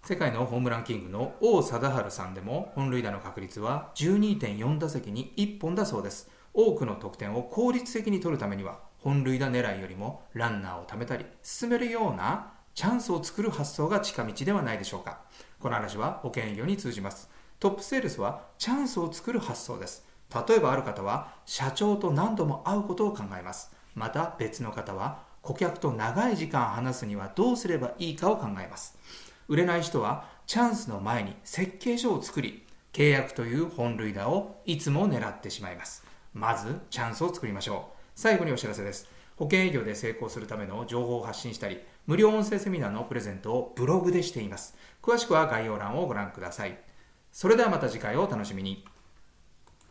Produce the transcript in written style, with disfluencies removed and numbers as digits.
世界のホームランキングの王貞治さんでも本塁打の確率は 12.4 打席に1本だそうです。多くの得点を効率的に取るためには本塁打狙いよりもランナーを貯めたり進めるようなチャンスを作る発想が近道ではないでしょうか。この話は保険営業に通じます。トップセールスはチャンスを作る発想です。例えばある方は社長と何度も会うことを考えます。また別の方は顧客と長い時間話すにはどうすればいいかを考えます。売れない人はチャンスの前に設計書を作り、契約という本塁打をいつも狙ってしまいます。まずチャンスを作りましょう。最後にお知らせです。保険営業で成功するための情報を発信したり、無料音声セミナーのプレゼントをブログでしています。詳しくは概要欄をご覧ください。それではまた次回をお楽しみに。